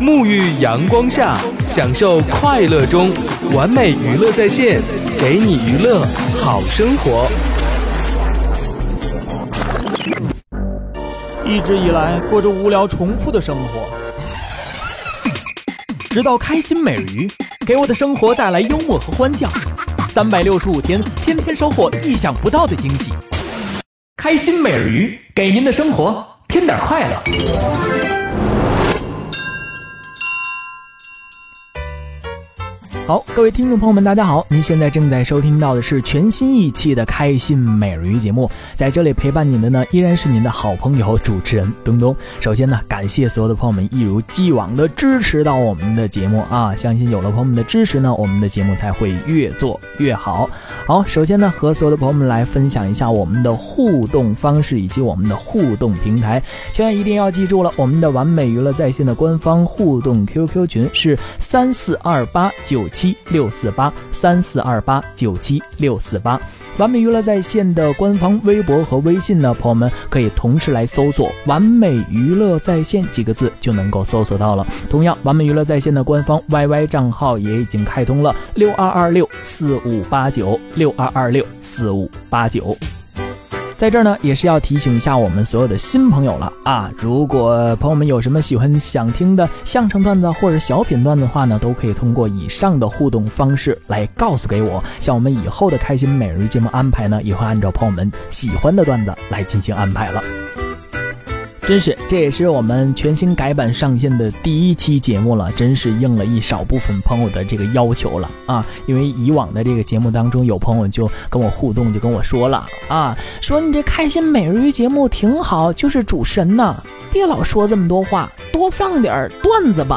沐浴阳光下，享受快乐中，完美娱乐在线，给你娱乐好生活。 一直以来过着无聊重复的生活，直到开心每日鱼给我的生活带来幽默和欢笑，365天，天天收获意想不到的惊喜。开心每日鱼给您的生活添点快乐。好，各位听众朋友们大家好，您现在正在收听到的是全新一期的开心每日鱼节目，在这里陪伴您的呢依然是您的好朋友主持人东东。首先呢，感谢所有的朋友们一如既往的支持到我们的节目啊，相信有了朋友们的支持呢，我们的节目才会越做越好。好，首先呢，和所有的朋友们来分享一下我们的互动方式以及我们的互动平台，千万一定要记住了，我们的完美娱乐在线的官方互动 QQ 群是34289764834228976483。完美娱乐在线的官方微博和微信呢，朋友们可以同时来搜索完美娱乐在线几个字就能够搜索到了。同样，完美娱乐在线的官方 YY 账号也已经开通了6226458962264589。在这儿呢，也是要提醒一下我们所有的新朋友了啊！如果朋友们有什么想听的相声段子或者小品段子的话呢，都可以通过以上的互动方式来告诉给我。像我们以后的开心每日节目安排呢，也会按照朋友们喜欢的段子来进行安排了。真是，这也是我们全新改版上线的第一期节目了，真是应了一少部分朋友的这个要求了啊！因为以往的这个节目当中，有朋友就跟我互动，就跟我说了啊，说你这开心每日鱼节目挺好，就是主持人呢，别老说这么多话，多放点段子吧。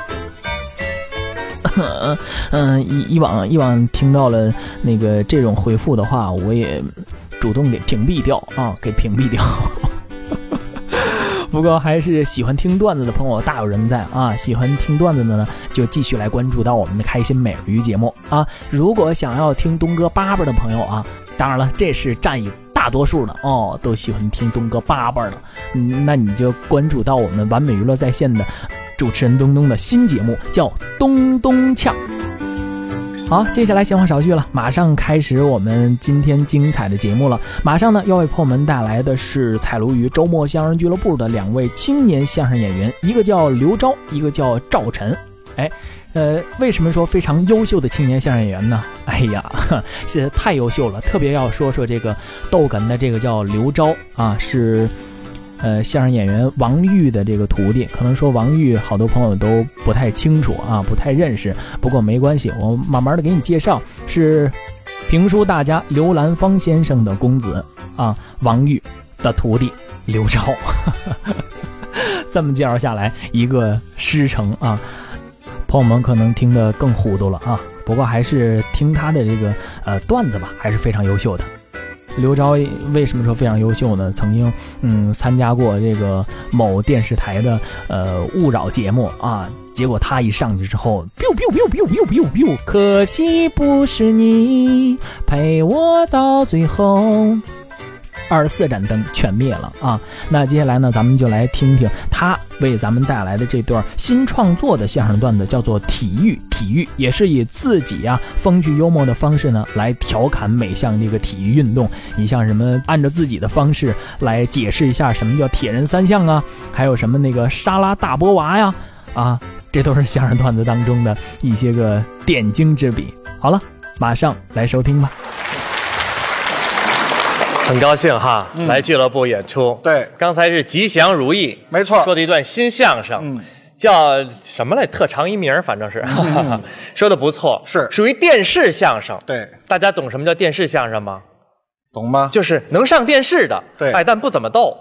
以往听到了那个这种回复的话，我也主动给屏蔽掉啊，给屏蔽掉。不过还是喜欢听段子的朋友大有人在啊！喜欢听段子的呢，就继续来关注到我们的开心每日鱼节目啊！如果想要听东哥叭叭的朋友啊，当然了，这是占一大多数的哦，都喜欢听东哥叭叭的，那你就关注到我们完美娱乐在线的主持人东东的新节目，叫东东呛。好，接下来闲话少叙了，马上开始我们今天精彩的节目了。马上呢，要为朋友们带来的是彩鲈鱼周末相声俱乐部的两位青年相声演员，一个叫刘钊，一个叫赵晨。为什么说非常优秀的青年相声演员呢？哎呀，是太优秀了，特别要说这个逗哏的这个叫刘钊啊，是相声演员王玉的这个徒弟。可能说王玉好多朋友都不太清楚啊，不太认识，不过没关系，我慢慢的给你介绍，是评书大家刘兰芳先生的公子啊，王玉的徒弟刘钊。这么介绍下来一个师承啊，朋友们可能听得更糊涂了啊，不过还是听他的这个段子吧，还是非常优秀的。刘钊为什么说非常优秀呢？曾经参加过这个某电视台的勿扰节目啊，结果他一上去之后 biu biu biu biu biu biu biu， 可惜不是你陪我到最后，24盏灯全灭了啊！那接下来呢，咱们就来听听他为咱们带来的这段新创作的相声段子，叫做体育。体育也是以自己风趣幽默的方式呢，来调侃每项这个体育运动。你像什么按照自己的方式来解释一下什么叫铁人三项啊，还有什么那个沙拉大波娃呀啊，这都是相声段子当中的一些个点睛之笔。好了，马上来收听吧。 很高兴哈，来俱乐部演出。 对， 刚才是吉祥如意， 没错， 说的一段新相声，叫什么来？特长一名，反正是，说的不错， 是属于电视相声。 对， 大家懂什么叫电视相声吗？ 懂吗？ 就是能上电视的， 对， 但不怎么逗。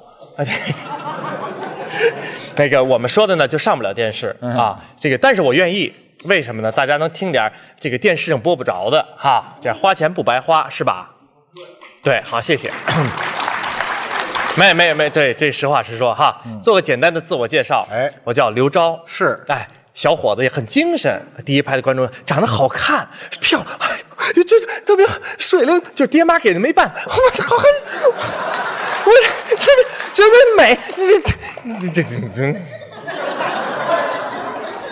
那个我们说的呢，就上不了电视啊。这个，但是我愿意，为什么呢？大家能听点这个电视上播不着的哈，这花钱不白花，是吧？对，好，谢谢。没，对，这实话实说哈。做个简单的自我介绍，我叫刘钊， 是， 小伙子也很精神。第一排的观众长得好看，漂亮，这特别水灵，就爹妈给的没办，我好看，我这美，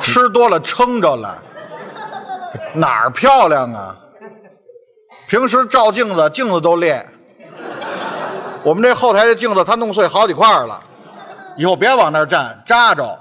吃多了撑着了，哪儿漂亮啊？平时照镜子，镜子都裂。我们这后台的镜子，他弄碎好几块了。以后别往那儿站，扎着。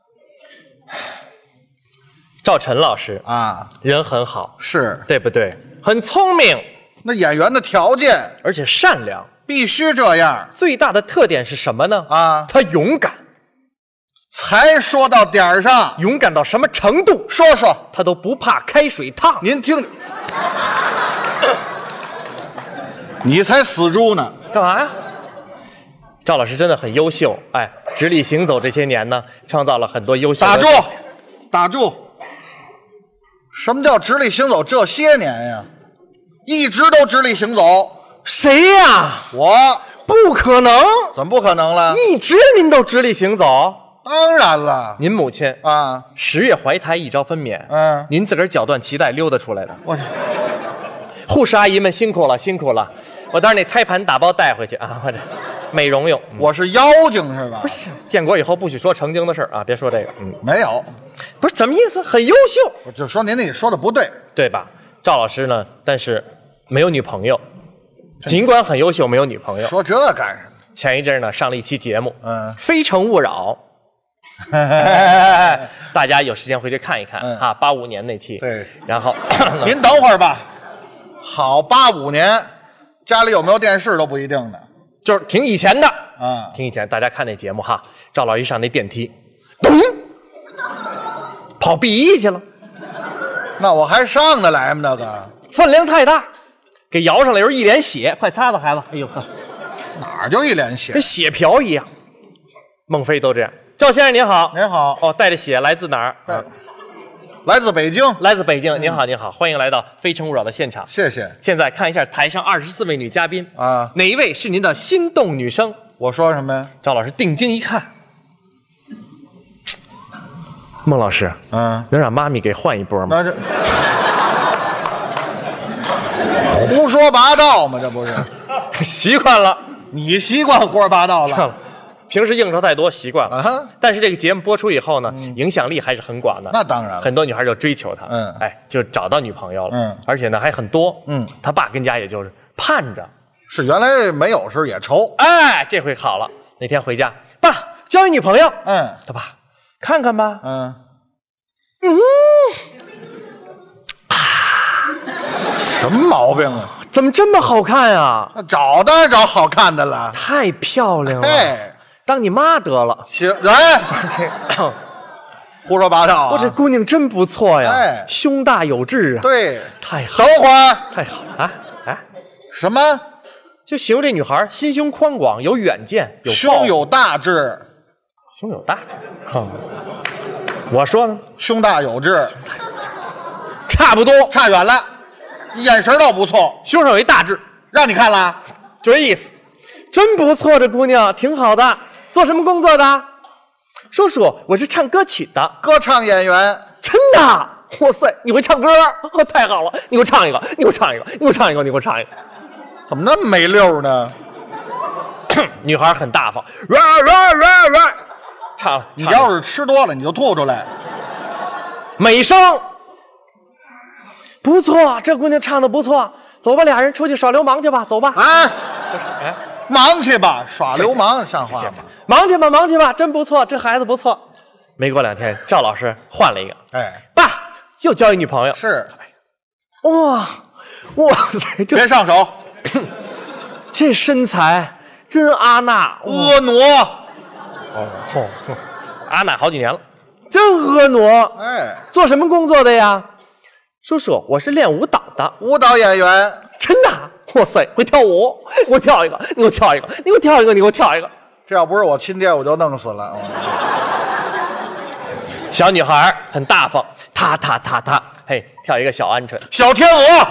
赵晨老师啊， 人很好， 是对不对？很聪明， 那演员的条件而且善良， 必须这样。 最大的特点是什么呢？ 啊， 他勇敢。 才说到点儿上， 勇敢到什么程度？ 说说， 他都不怕开水烫。 您听，你才死猪呢！ 干嘛呀？赵老师真的很优秀，哎，直立行走这些年呢，创造了很多优秀的。 打住，打住！什么叫直立行走？这些年呀，一直都直立行走。 谁呀？ 我。 不可能！ 怎么不可能了？ 一直您都直立行走。 当然了， 您母亲啊 ，10月怀胎一朝分娩，您自个儿绞断脐带溜达出来的。 我， 护士阿姨们辛苦了，辛苦了。我当时那胎盘打包带回去啊，或者美容用。 我是妖精是吧？ 不是，建国以后不许说成精的事啊，别说这个。 没有， 不是什么意思？很优秀。 我就说您那说的不对， 对吧？赵老师呢？但是没有女朋友，尽管很优秀，没有女朋友。 说这干什么？ 前一阵呢，上了一期节目，《非诚勿扰》。大家有时间回去看一看啊，85年那期。 对， 然后您等会儿吧。好，85年，家里有没有电视都不一定呢。 就是挺以前的啊， 挺以前。大家看那节目哈，赵老一上那电梯，咚，跑 B1去了。 那我还上得来吗？那个分量太大，给摇上来，有一脸血，快擦擦孩子。哎呦呵， 哪儿就一脸血， 跟血瓢一样。孟非都这样。赵先生您好， 您好。 哦，带着血来自哪儿？ 来自北京。 来自北京。您好，您好，欢迎来到《非诚勿扰》的现场。 谢谢。 现在看一下台上24位女嘉宾啊， 哪一位是您的心动女生？ 我说什么呀？ 赵老师定睛一看，孟老师，能让妈咪给换一波吗？ 那这胡说八道吗？这不是习惯了， 你习惯胡说八道了。 平时应酬太多，习惯了。但是这个节目播出以后呢，影响力还是很广的。 那当然了， 很多女孩就追求他，哎，就找到女朋友了。而且呢还很多。他爸跟家也就是盼着。 是原来没有时也愁。 哎，这回好了。那天回家，爸交一女朋友。他爸看看吧。 什么毛病啊？ 怎么这么好看啊？ 找当然找好看的了。 太漂亮了。 哎。 当你妈得了， 行，来，胡说八道啊！ 我这姑娘真不错呀， 哎， 胸大有志啊， 对， 太好。 等会儿， 太好了啊！ 什么？ 就形容这女孩心胸宽广，有远见，有胸有大志， 胸有大志。我说呢， 胸大有志， 差不多， 差远了，眼神倒不错， 胸上有一大志， 让你看了， 就这意思，真不错，这姑娘挺好的。做什么工作的？叔叔，我是唱歌曲的， 歌唱演员。 真的？哇塞，你会唱歌？太好了，你给我唱一个，你给我唱一个，你给我唱一个，你给我唱一个。 怎么那么没溜呢？ 女孩很大方，唱了。 你要是吃多了，你就吐出来。 美声，不错，这姑娘唱的不错。走吧，俩人出去耍流氓去吧，走吧。 哎。忙去吧，耍流氓像话吗？ 忙去吧，忙去吧，真不错，这孩子不错。没过2天，赵老师换了一个， 哎， 爸又交一女朋友。 是， 哇塞， 别上手， 这身材真阿娜婀娜。 阿娜好几年了，真婀娜。 哎， 做什么工作的呀？叔叔，我是练舞蹈的， 舞蹈演员。 真的？哇塞，会跳舞！你给我跳一个，你给我跳一个，你给我跳一个，你给我跳一个。 这要不是我亲爹，我就弄死了。 小女孩很大方，她，嘿，跳一个小鹌鹑， 小天鹅，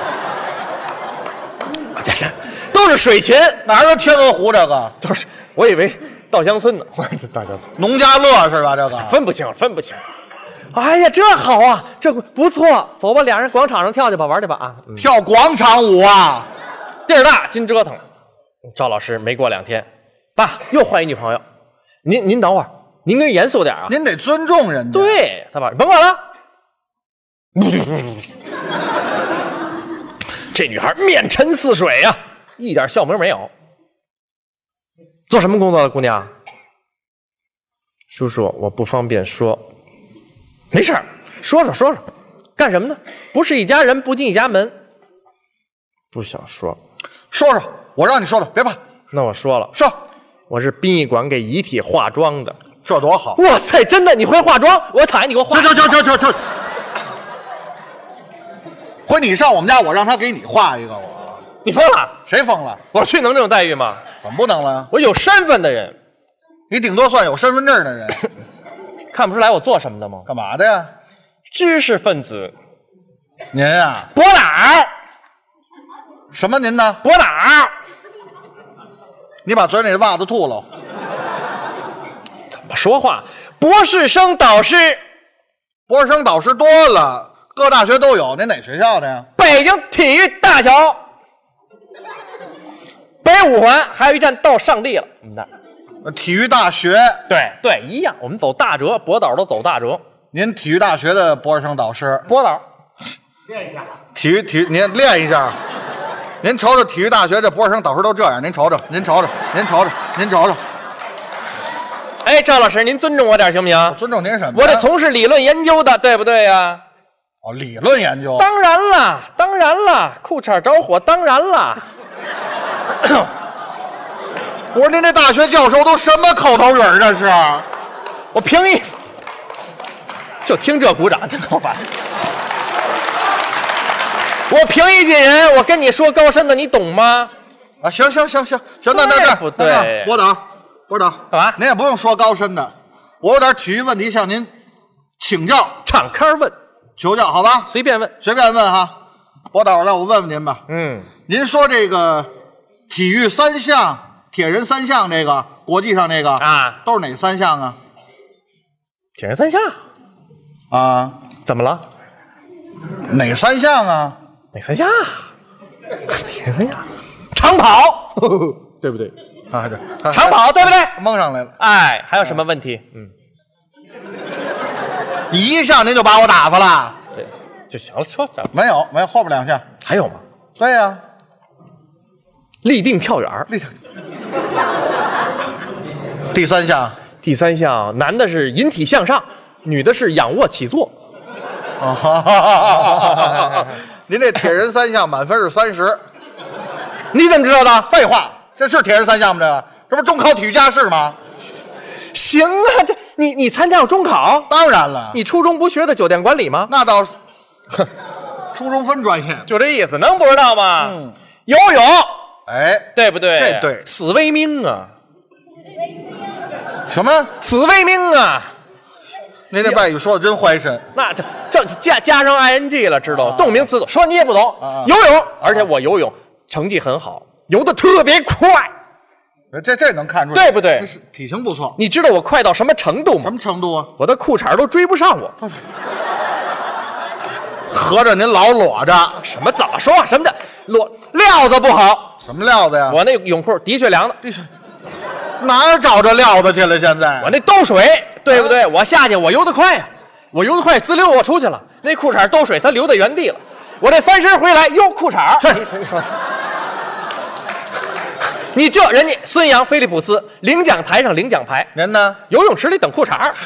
都是水琴， 哪有天鹅湖这个？ 都是，我以为稻香村呢，稻香村， 农家乐是吧？这个分不清。哎呀，这好啊，这不错，走吧，俩人广场上跳去吧，玩去吧啊！ 跳广场舞啊， 地儿大，净折腾。赵老师没过2天，爸又换一女朋友。您等会儿， 您跟严肃点啊！ 您得尊重人家。 对，大宝，甭管了。这女孩面沉似水呀、一点笑容没有。做什么工作的姑娘？叔叔，我不方便说。没事儿，说说，干什么呢？不是一家人，不进一家门。不想说， 说，我让你说的，别怕。 那我说了， 说， 我是殡仪馆给遗体化妆的。 这多好！ 哇塞，真的，你会化妆？我躺下，你给我化。 去！回你上我们家，我让他给你画一个。 你疯了？ 谁疯了？ 我去能这种待遇吗？ 怎么不能了？ 我有身份的人， 你顶多算有身份证的人。 看不出来我做什么的吗？ 干嘛的呀？ 知识分子。 您啊？ 博导。 什么您呢？ 博导。 你把嘴里的袜子吐了。 怎么说话？博士生导师。 博士生导师多了，各大学都有。您哪学校的呀？ 北京体育大学。北五环还有一站到上地了，我们那体育大学。 对，一样，我们走大辙，博导都走大辙。 您体育大学的博士生导师， 博导， 练一下。体育，您练一下。您瞅瞅体育大学这博士生导师都这样，您瞅瞅。 哎，赵老师，您尊重我点行不行？ 尊重您什么？ 我得从事理论研究的，对不对呀？ 哦，理论研究。 当然了，裤衩着火，当然了。 我说您这大学教授都什么口头语儿这是？ 我凭一就听这鼓掌，真够烦。我平易近人，我跟你说高深的，你懂吗？ 啊，行，那不对， 博导， 干嘛？ 您也不用说高深的，我有点体育问题向您请教， 敞开问， 求教，好吧？ 随便问哈。博导，让我问问您吧。您说这个体育三项、铁人三项，这个国际上那个啊， 都是哪三项啊？ 铁人三项啊？怎么了？哪三项啊？ 哪三项？铁人三项，长跑，对不对？ 啊，对， 长跑，对不对？ 蒙上来了。 哎，还有什么问题？ 一项您就把我打发了？ 对，就行了，说没有，后边两项还有吗？ 对呀， 立定跳远， 第三项， 男的是引体向上，女的是仰卧起坐。 您这铁人三项满分是30， 你怎么知道的？ 废话，这是铁人三项吗？这不是中考体育加试吗？ 行啊，这你参加过中考？ 当然了。 你初中不学的酒店管理吗？ 那倒是，初中分专业， 就这意思，能不知道吗？游泳， 哎， 对不对？ 这对， 死为命啊！ 什么？ 死为命啊！ 您这外语说的真怀身。 那这加上 ing 了，知道动名词说你也不懂。游泳，而且我游泳成绩很好，游得特别快。 这能看出来， 对不对？ 体型不错。 你知道我快到什么程度吗？ 什么程度啊？ 我的裤衩都追不上我。 合着您老裸着？ 什么？怎么说话？什么叫料子不好？ 什么料子呀？ 我那泳裤的确凉的。 哪儿找着料子去了？现在我那兜水，对不对？我下去，我游得快呀，我游得快，滋溜我出去了。那裤衩兜水，它留在原地了。我这翻身回来，哟，裤衩。你这人家孙杨、菲利普斯领奖台上领奖牌， 您呢？ 游泳池里等裤衩，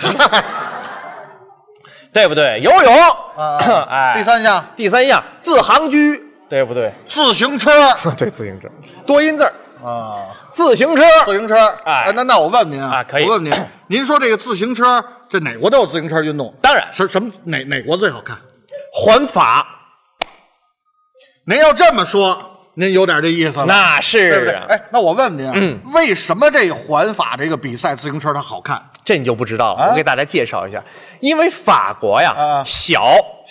对不对？游泳，哎，第三项自行车，对不对？ 自行车， 对，自行车，多音字啊， 自行车， 哎，那我问您啊， 可以， 我问您，您说这个自行车，这哪国都有自行车运动？ 当然， 什么哪国最好看？ 环法。 您要这么说。您有点这意思了， 那是， 对不对？哎，那我问您，为什么这环法这个比赛自行车它好看？ 这你就不知道了。我给大家介绍一下，因为法国呀，小，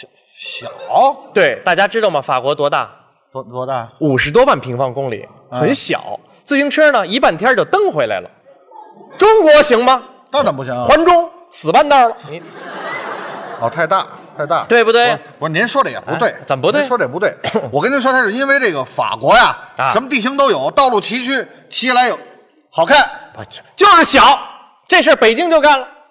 对，大家知道吗？法国多大？ 多大 ？50多万平方公里，很小。自行车呢，一半天就蹬回来了。中国行吗？ 那怎么不行？ 环中死半道了，你太大。 对不对？ 不是，您说的也不对， 怎么不对？ 您说这不对。我跟您说，它是因为这个法国呀，什么地形都有，道路崎岖，骑起来有好看。 就是小，这事北京就干了。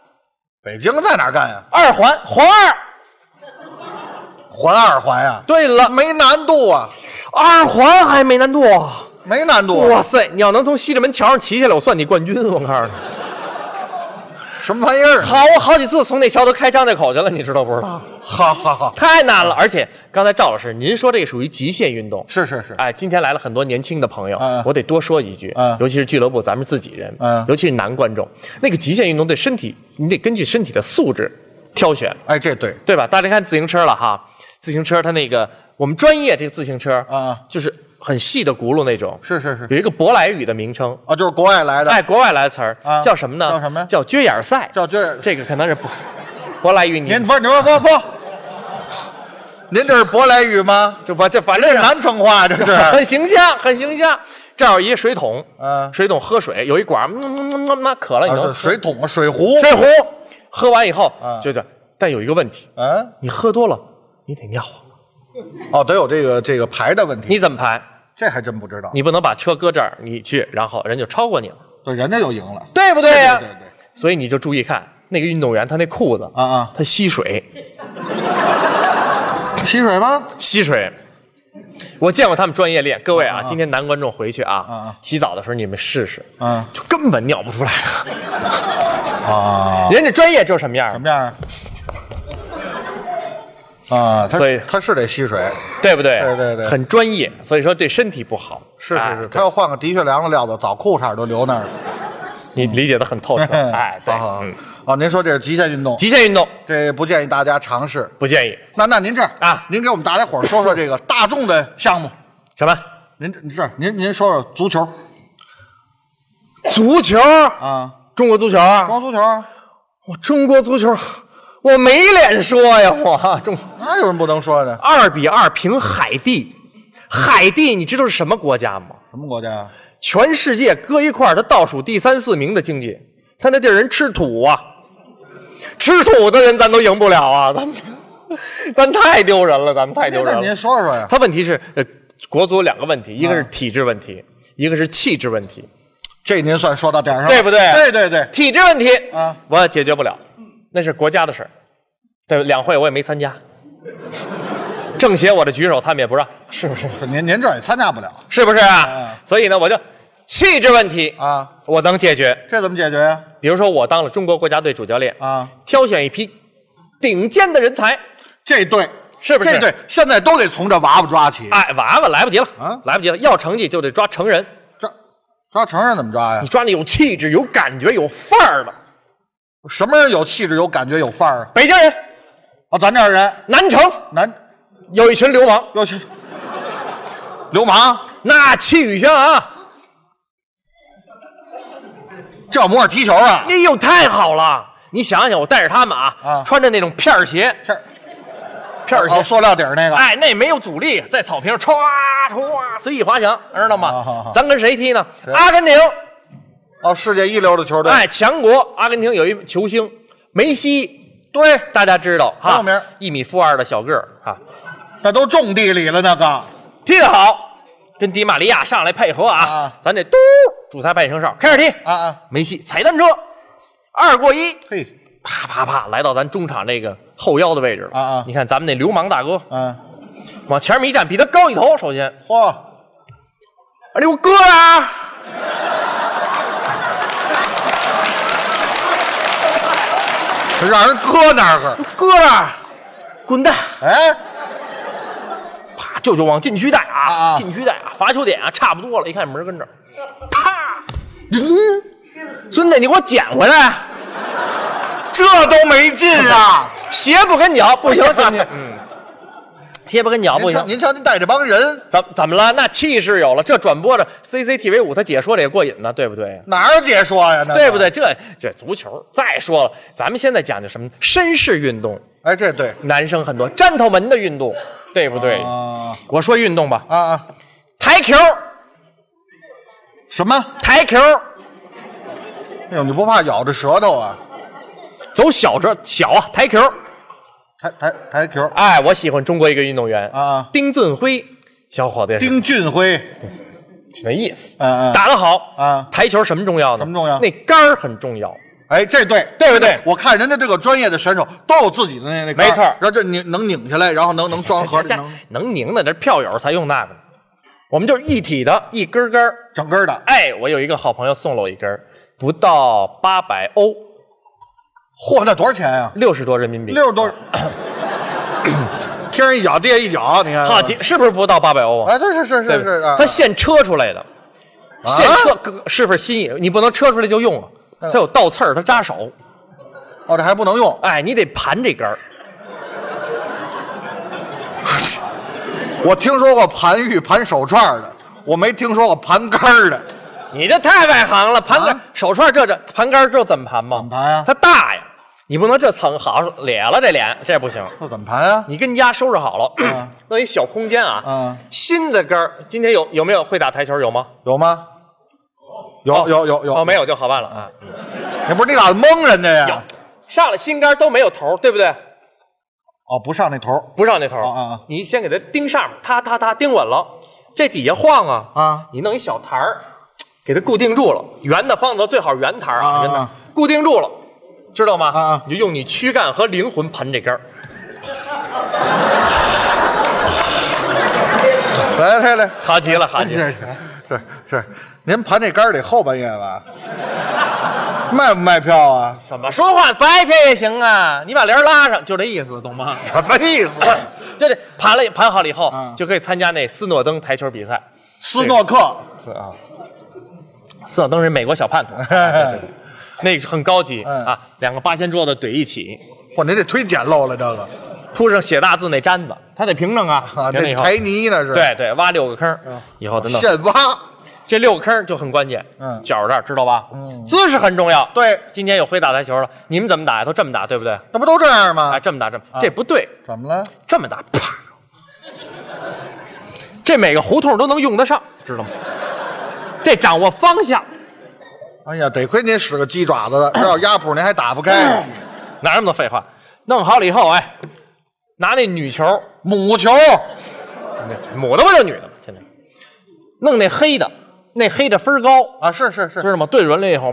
北京在哪儿干呀？ 二环环二。 环二环呀？ 对了， 没难度啊， 二环还没难度。 没难度。 哇塞，你要能从西直门桥上骑下来，我算你冠军。我告诉你， 什么玩意儿？ 好，我好几次从那桥头开张家口去了，你知道不知道？ 好， 太难了。而且刚才赵老师您说这个属于极限运动， 是。 哎，今天来了很多年轻的朋友， 嗯我得多说几句，尤其是俱乐部咱们自己人，尤其是男观众，那个极限运动对身体，你得根据身体的素质挑选， 哎，这对， 对吧？大家看自行车了哈，自行车它那个我们专业这个自行车就是很细的轱辘那种， 是， 有一个舶来语的名称啊，就是国外来的， 哎，国外来的词儿叫什么呢？ 叫什么呀？ 叫撅眼赛，这个可能是舶来语。 您不，您这是舶来语吗？ 这反正是南城话，这是很形象，很形象。这儿有一个水桶，水桶喝水有一管，那渴了你能水桶水壶， 喝完以后就是，但有一个问题，你喝多了你得尿啊。 哦，得有这个排的问题。 你怎么排？ 这还真不知道。 你不能把车搁这儿，你去，然后人就超过你了， 对，人家就赢了， 对不对呀？ 对。 所以你就注意看那个运动员，他那裤子他吸水， 吸水吗？ 吸水。我见过他们专业练，各位啊，今天男观众回去洗澡的时候你们试试，就根本尿不出来人家专业就是什么样？ 什么样啊？ 所以他是得吸水， 对不对？ 对， 很专业，所以说对身体不好。 是，他要换个的确凉的料子，早裤衩都留那儿了。 你理解的很透彻，哎，对， 您说这是极限运动，这不建议大家尝试， 不建议。 那您这儿您给我们大家伙说说这个大众的项目， 什么？ 您说说足球， 中国足球中国足球，我没脸说呀， 哪有人不能说的 ？2-2平海地，海地你知道是什么国家吗？ 什么国家？ 全世界搁一块儿，它倒数第3、4名的经济，他那地儿人吃土啊，吃土的人咱都赢不了啊，咱太丢人了，咱们太丢人了。 您说说呀？ 他问题是，国足有2个问题，一个是体制问题，一个是气质问题。 这您算说到点上了， 对不对？ 对， 体制问题我解决不了，那是国家的事儿。对，两会我也没参加。政协我的举手他们也不让，是不是？ 您这也参加不了， 是不是啊？所以呢，我就气质问题我能解决。 这怎么解决呀？ 比如说我当了中国国家队主教练挑选一批顶尖的人才， 这对， 是不是？ 这对，现在都得从这娃娃抓起。 哎，娃娃来不及了来不及了，要成绩就得抓成人。 抓成人怎么抓呀？ 你抓那有气质、有感觉、有范儿的。 什么人有气质、有感觉、有范儿啊？ 北京人咱这儿人， 南城有一群流氓， 流氓， 那气宇轩昂， 这模样踢球啊！ 哎呦，太好了！你想想，我带着他们穿着那种片儿鞋， 塑料底儿那个， 哎，那没有阻力，在草坪上唰随意滑翔，知道吗？咱跟谁踢呢？阿根廷， 世界一流的球队， 哎，强国。阿根廷有一球星梅西， 对， 大家知道哈，有名 ，1.2米的小个儿那都种地里了，那个踢得好，跟迪玛利亚上来配合咱这主裁派一声哨，开始踢梅西踩单车，2过1， 嘿， 啪来到咱中场这个后腰的位置了你看咱们那流氓大哥往前面一站，比他高一头，首先嚯， 你给我搁啊！ 让人搁那儿， 搁那儿，滚蛋！ 哎， 啪，就往禁区带禁区带罚球点差不多了，一看门跟这儿，啪，孙子，你给我捡回来， 这都没进啊！ 鞋不跟脚不行，进去，鞋不跟脚不行。 您瞧，您带这帮人， 怎么了？那气势有了，这转播着 CCTV5，他解说的也过瘾呢，对不对？ 哪有解说呀？ 对不对？这足球，再说了，咱们现在讲究什么？绅士运动。 哎，这对， 男生很多gentleman的运动，对不对？我说运动吧，台球。 什么？ 台球。 哎呦，你不怕咬着舌头啊？ 走小台球。 台球， 哎，我喜欢中国一个运动员丁俊晖，小伙子。 丁俊晖， 那意思，打得好台球什么重要呢？ 什么重要？ 那杆儿很重要。 哎，这对对不对？ 我看人家这个专业的选手都有自己的那杆， 没错。 然后这能拧下来，然后能装盒里， 能拧的，这票友才用那个。我们就是一体的，一根根整根的。 哎，我有一个好朋友送了我一根，不到800欧。 嚯，那多少钱呀 ？60多人民币。 60多。天上一脚，地下一脚，你看。 好，是不是不到800欧啊？ 哎，对，是。 他现车出来的，现车是份心意，你不能车出来就用了。它有倒刺儿，它扎手。 哦，这还不能用。 哎，你得盘这根儿。 我听说过盘玉、盘手串的，我没听说过盘杆儿的。 你这太外行了，盘杆、手串这盘杆这怎么盘吗？ 怎么盘呀？ 它大呀，你不能这层好咧了这脸，这不行。 那怎么盘呀？ 你跟家收拾好了，弄一小空间啊。新的杆儿，今天有没有会打台球？有吗？ 有吗？有。 哦，没有就好办了啊。 你不是你咋蒙人家呀？ 有，上来新杆都没有头，对不对？ 哦，不上那头， 不上那头啊！你先给它钉上面，它钉稳了，这底下晃啊！你弄一小台儿，给它固定住了，圆的方的最好圆台啊，圆的固定住了，知道吗？你就用你躯干和灵魂盘这根儿。 来， 好极了，好极了！ 是，您盘这杆得后半夜吧？卖不卖票啊？ 怎么说话？白天也行啊！你把帘拉上，就这意思，懂吗？ 什么意思？ 就这盘好了以后，就可以参加那斯诺登台球比赛。 斯诺克啊，斯诺登是美国小叛徒，对，那个很高级啊，两个8000桌子怼一起。 嚯，您这忒简陋了，这个铺上写大字那毡子，他得平整啊。 那台泥呢是？ 对，挖6个坑，以后得弄现挖。 这6个坑就很关键，脚这儿知道吧？姿势很重要。 对， 今天有会打台球了，你们怎么打呀？都这么打，对不对？ 那不都这样吗？ 哎，这么打，这不对。 怎么了？ 这么打，啪！这每个胡同都能用得上，知道吗？这掌握方向。 哎呀，得亏您使个鸡爪子的，这要压谱您还打不开。 哪那么多废话？弄好了以后，哎，拿那女球、 母球， 母的不就女的吗？现在弄那黑的。那黑的分高啊，是，知道吗？对准了以后，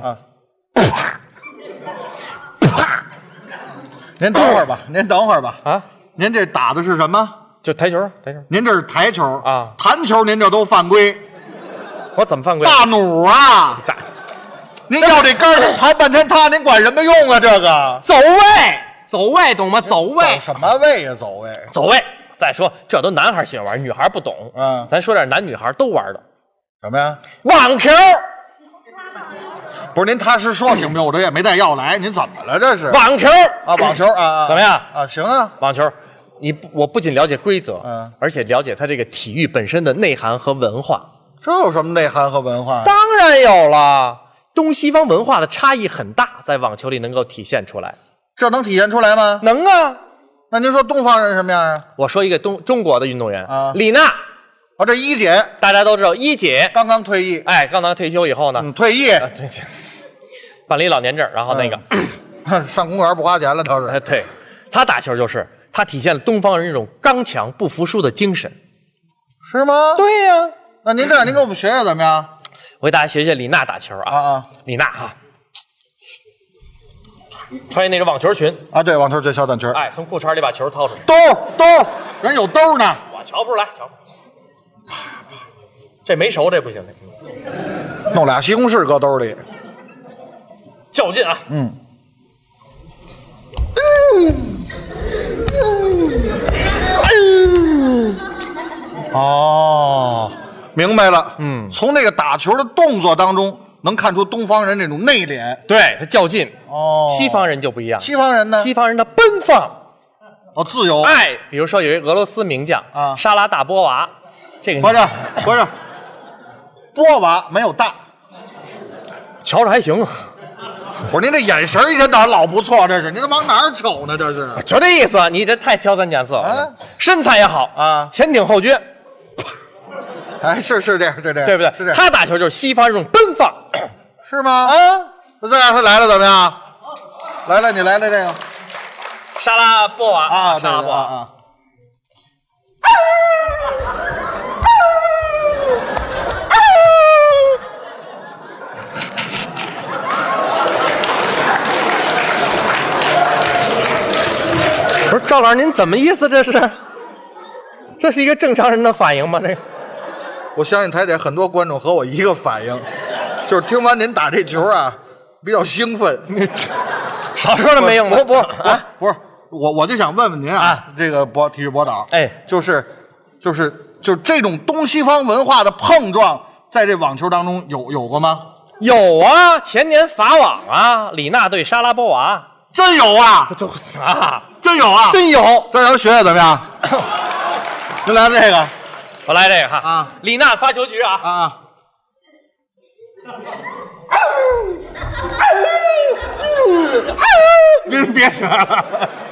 啪！您等会儿吧，啊，您这打的是什么？ 就台球。 您这是台球啊， 弹球您这都犯规。 我怎么犯规？ 大弩啊！您要这杆儿弹半天塌，您管什么用啊？这个走位，懂吗？走位什么位呀？走位。再说这都男孩喜欢玩，女孩不懂。咱说点男女孩都玩的。 什么呀？ 网球。 不是您踏实说行不行？我这也没带药来，您怎么了？这是网球啊，网球啊， 怎么样啊？行啊， 网球，我不仅了解规则，而且了解它这个体育本身的内涵和文化。 这有什么内涵和文化？ 当然有了，东西方文化的差异很大，在网球里能够体现出来。 这能体现出来吗？ 能啊。 那您说东方人什么样啊？ 我说一个中国的运动员啊， 李娜。 这一姐大家都知道，一姐刚刚退役， 哎，刚刚退休以后呢， 退役， 办了一老年证，然后那个上公园不花钱了，倒是。 对，他打球就是他体现了东方人这种刚强不服输的精神， 是吗？ 对呀。 那您这样，您给我们学学怎么样？ 我给大家学学李娜打球啊！李娜啊，穿那个网球裙啊，对，网球裙、小短裙， 哎，从裤衩里把球掏出来， 兜，人有兜呢， 我瞧不出来，这没熟，这不行， 弄俩西红柿搁兜里， 较劲啊！ 哦，明白了。从那个打球的动作当中，能看出东方人这种内敛， 对他较劲。 哦， 西方人就不一样。 西方人呢？ 西方人的奔放， 自由。 哎，比如说有一俄罗斯名将啊，沙拉大波娃，这个不是，波娃没有大， 瞧着还行。 我说您这眼神一天到晚老不错，这是您往哪儿瞅呢？这是就这意思，你这太挑三拣四了。身材也好啊， 前挺后撅。 哎，是这样， 对不对？他打球就是西方这种奔放， 是吗？ 啊， 那这样他来了怎么样？来了，你来了这个沙拉波娃啊， 沙拉波娃。 赵老师您怎么意思？这是一个正常人的反应吗？这个， 我相信台底很多观众和我一个反应，就是听完您打这球啊，比较兴奋。 少说了没用的。 不是，我就想问问您啊，这个体育博导，就是这种东西方文化的碰撞，在这网球当中有过吗？ 有啊，前年法网啊，里纳对莎拉波娃， 真有啊！ 这啥？ 真有啊！ 真有！ 这咱学学怎么样？您来这个， 我来这个哈啊！ 里纳发球局啊啊！您别学了。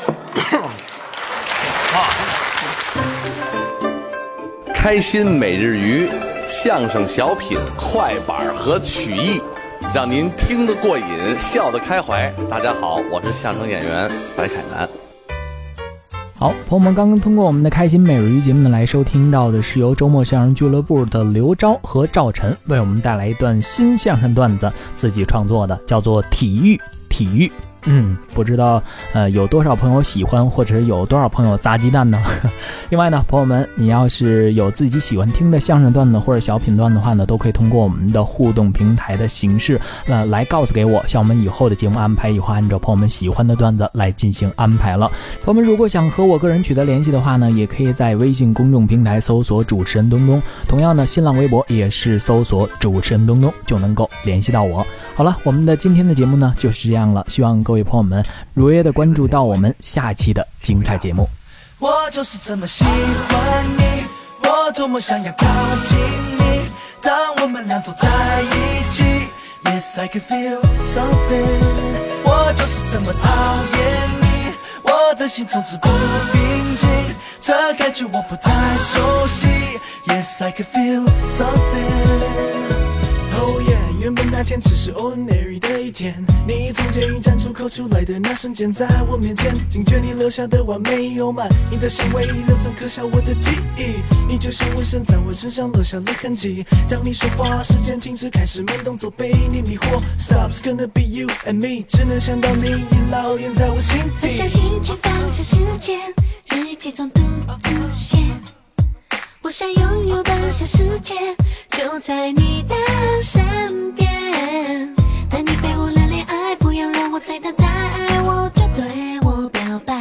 开心每日鱼，相声小品、快板和曲艺，让您听得过瘾，笑得开怀。大家好，我是相声演员白凯南。 好，朋友们，刚刚通过我们的开心每日鱼节目呢，来收听到的是由周末相声俱乐部的刘钊和赵晨为我们带来一段新相声段子，自己创作的，叫做体育。不知道有多少朋友喜欢，或者是有多少朋友砸鸡蛋呢？另外呢，朋友们，你要是有自己喜欢听的相声段子或者小品段的话呢，都可以通过我们的互动平台的形式来告诉给我，像我们以后的节目安排以后按照朋友们喜欢的段子来进行安排了。朋友们如果想和我个人取得联系的话呢，也可以在微信公众平台搜索主持人东东，同样呢新浪微博也是搜索主持人东东就能够联系到我。好了，我们的今天的节目呢就是这样了，希望各位朋友们如约的关注到我们下期的精彩节目。 我就是这么喜欢你，我多么想要靠近你，当我们俩走在一起 Yes I can feel something， 我就是这么讨厌你，我的心总是不平静，这感觉我不太熟悉 Yes I can feel something。 Oh yeah， 原本那天只是 ordinary 的一天，你从监狱站出口出来的那瞬间，在我面前惊觉你留下的完美优满，你的行为留存刻下我的记忆，你就像纹身在我身上留下了痕迹，当你说话时间停止，开始慢动作被你迷惑 Stop's gonna be you and me， 只能想到你已烙印在我心底， 放下心情，放下时间，日记中独自写，我想拥有的小世界就在你的身边，但你被我热烈爱，不要让我再等待，我就对我表白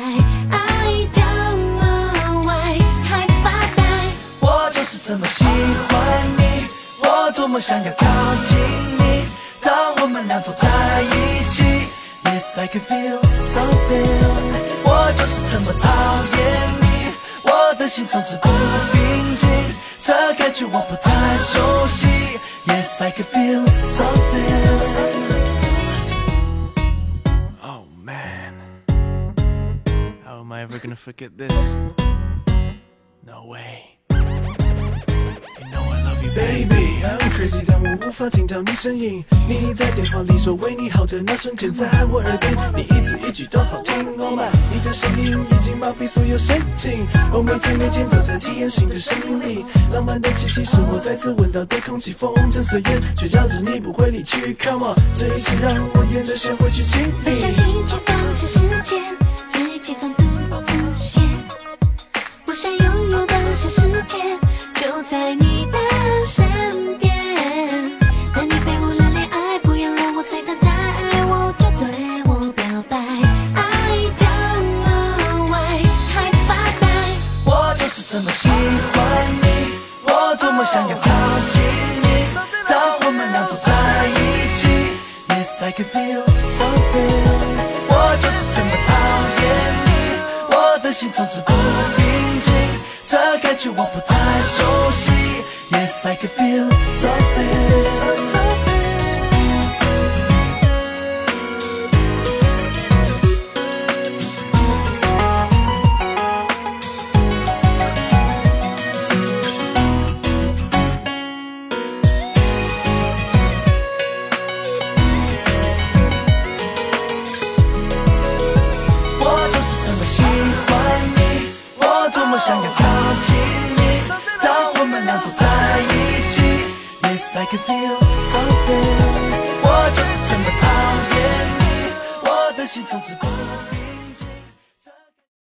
I don't know why 还发呆， 我就是这么喜欢你，我多么想要靠近你，当我们俩走在一起 Yes I can feel something， 我就是这么讨厌你，我的心总是不平静，这感觉我不太熟悉 Yes I can feel something。 Oh man, how am I ever gonna forget this? No way. You know I love you baby, I'm crazy， 但我无法听到你声音，你在电话里说为你好的那瞬间，在我耳边你一字一句都好听 Oh my， 你的声音已经麻痹所有神经，我每天都在体验新的生命力，浪漫的气息是我再次闻到的空气，风筝随缘却绕着你不会离去 Come on， 这一次让我沿着线回去经历， 放下心情，放下时间，日记中独自写，我想拥有的小世界就在你的身边，但你被我热烈爱，不要让我再等待，我就对我表白 I don't know why 还发呆， 我就是这么喜欢你，我多么想要靠近你，当我们俩走在一起 Yes I can feel something， 我就是这么讨厌你，我的心总是不平静，这感觉我不太熟悉 Yes I can feel something。想要靠近你，当我们俩走在一起 Yes I can feel something， 我就是这么讨厌你，我的心总是不